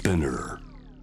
Spinner.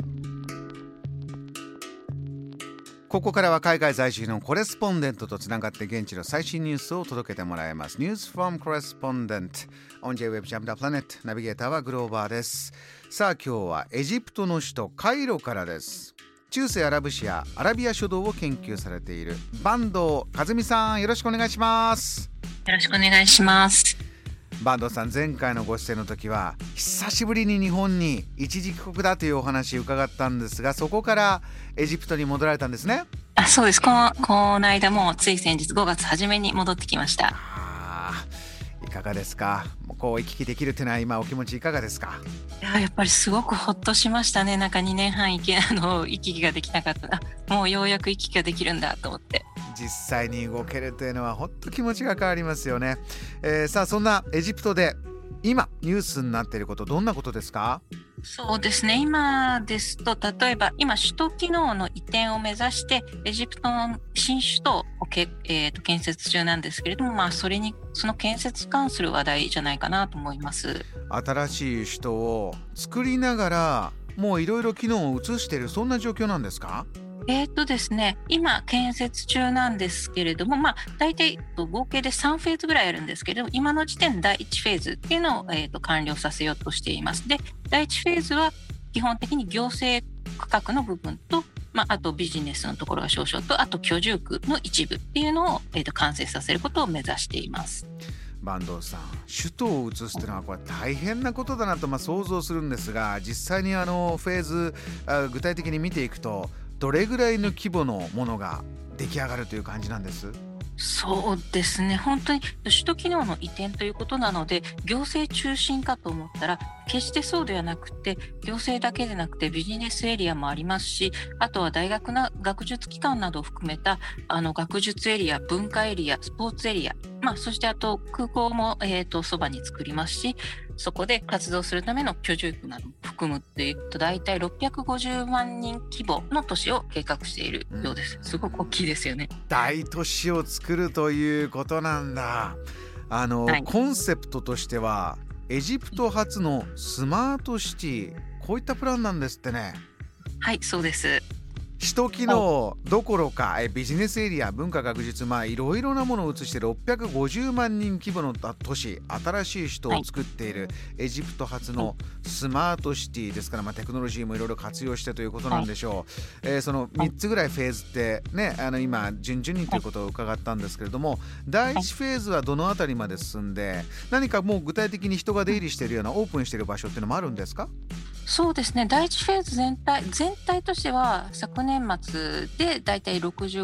ここからは海外在住のコレスポンデントとつながって現地の最新ニュースを届けてもらいます。 News from Correspondent on J-Web Jam the Planet。 ナビゲーターはグローバーです。さあ今日はエジプトの首都カイロからです。中世アラブ史やアラビア諸島を研究されている坂東和美さん、よろしくお願いします。 よろしくお願いします。 坂東さん、前回のご出演の時は久しぶりに日本に一時帰国だというお話を伺ったんですが、そこからエジプトに戻られたんですね。 そうです。この間もつい先日5月初めに戻ってきました。 いかがですか？こう行き来できるというのは今お気持ちいかがですか？ やっぱりすごくほっとしましたね。なんか2年半行き来ができなかった。もうようやく行き来ができるんだと思って。 実際に動けるというのは本当気持ちが変わりますよね。さあそんなエジプトで今ニュースになっていること、どんなことですか？ そうですね。今ですと、例えば今首都機能の移転を目指してエジプトの新首都を建設中なんですけれども、その建設に関する話題じゃないかなと思います。 新しい首都を作りながらもういろいろ機能を移している、そんな状況なんですか？ ですね、今建設中なんですけれども、大体合計で3フェーズぐらいあるんですけれども、今の時点で第1フェーズっていうのを、完了させようとしています。で、第1フェーズは基本的に行政区画の部分と、あとビジネスのところが少々と、あと居住区の一部っていうのを、完成させることを目指しています。 坂東さん、首都を移すというのはこれ大変なことだなと想像するんですが、実際にフェーズ具体的に見ていくとどれぐらいの規模のものが出来上がるという感じなんです？ そうですね。本当に首都機能の移転ということなので、行政中心かと思ったら決してそうではなくて、行政だけでなくてビジネスエリアもありますし、あとは大学の学術機関などを含めた学術エリア、文化エリア、スポーツエリア、そしてあと空港もそばに作りますし、そこで活動するための居住区なども含むっていうと、大体650万人規模の都市を計画しているようです。すごく大きいですよね。 大都市を作るということなんだ。コンセプトとしてはエジプト初のスマートシティ、こういったプランなんですってね。 はい、そうです。 首都機能どころかビジネスエリア、文化学術、いろいろなものを移して650万人規模の都市、新しい首都を作っているエジプト初のスマートシティですから、テクノロジーもいろいろ活用してということなんでしょう。その3つぐらいフェーズってね、今順々にということを伺ったんですけれども、第1フェーズはどのあたりまで進んで、何かもう具体的に人が出入りしているようなオープンしている場所っていうのもあるんですか？ そうですね。第1フェーズ全体としては昨年末でだいたい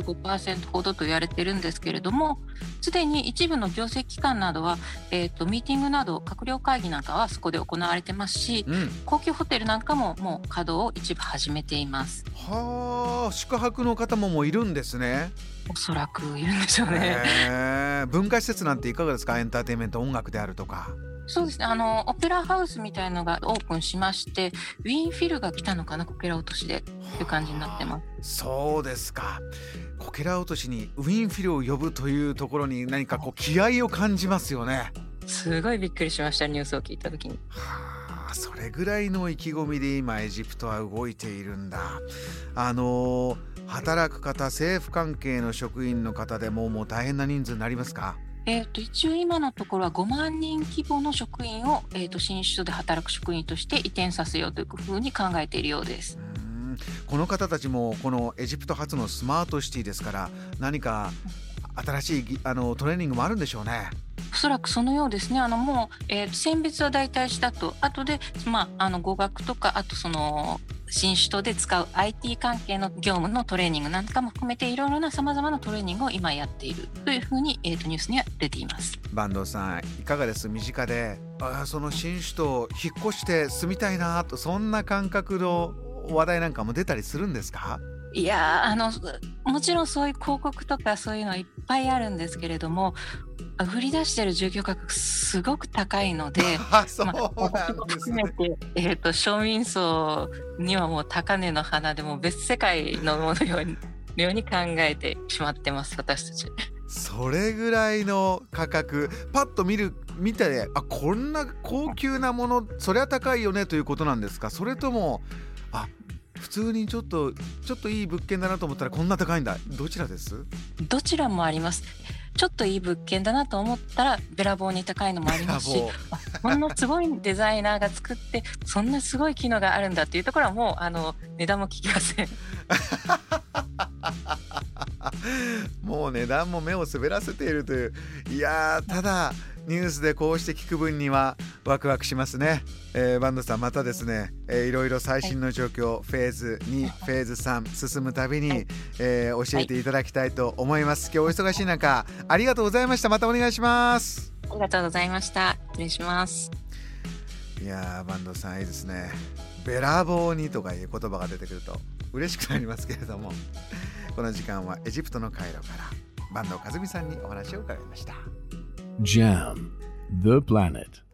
65% ほどと言われているんですけれども、すでに一部の行政機関などは、ミーティングなど閣僚会議なんかはそこで行われてますし、高級ホテルなんかももう稼働を一部始めています。 宿泊の方もいるんですね。 おそらくいるんでしょうね。 文化施設なんていかがですか？エンターテインメント、音楽であるとか。 そうですね。オペラハウスみたいのがオープンしまして、ウィーンフィルが来たのかな、こけら落としでという感じになってます。 そうですか。こけら落としにウィーンフィルを呼ぶというところに何か気合を感じますよね。 すごいびっくりしました、ニュースを聞いたときに。 それぐらいの意気込みで今エジプトは動いているんだ。働く方、政府関係の職員の方でもう大変な人数になりますか？ 一応今のところは5万人規模の職員を、新首都で働く職員として移転させようというふうに考えているようです。 この方たちもこのエジプト初のスマートシティですから、何か新しいトレーニングもあるんでしょうね。 おそらくそのようですね。もう、選別は大体したと、後で、語学とか、あと新首都で使う IT 関係の業務のトレーニングなんかも含めて、いろいろな様々なトレーニングを今やっているというふうに、ニュースには出ています。 坂東さん、いかがです？身近でその新首都引っ越して住みたいなと、そんな感覚の話題なんかも出たりするんですか？ いやもちろんそういう広告とかそういうのはいっぱいあるんですけれども、売り出している住居価格すごく高いのでそうなんですね。 含めて、庶民層にはもう高値の花でも別世界のものように考えてしまってます、私たち。 それぐらいの価格、パッと見て、あ、こんな高級なもの、そりゃ高いよねということなんですか？それとも、あ、普通にちょっといい物件だなと思ったらこんな高いんだ。どちらです？ どちらもあります。ちょっといい物件だなと思ったらべらぼうに高いのもありますし、 べらぼう。 こんなすごいデザイナーが作ってそんなすごい機能があるんだっていうところはもう値段も聞きません。 もう値段も目を滑らせているという。いやー、ただニュースでこうして聞く分にはワクワクしますね。バンドさん、またですね、いろいろ最新の状況、フェーズ2、フェーズ3進むたびに、教えていただきたいと思います。今日お忙しい中ありがとうございました。またお願いします。 ありがとうございました。失礼します。 いやー、バンドさんいいですね。べらぼうにとかいう言葉が出てくると嬉しくなりますけれども、この時間はエジプトのカイロから坂東和美さんにお話を伺いました。 JAM The Planet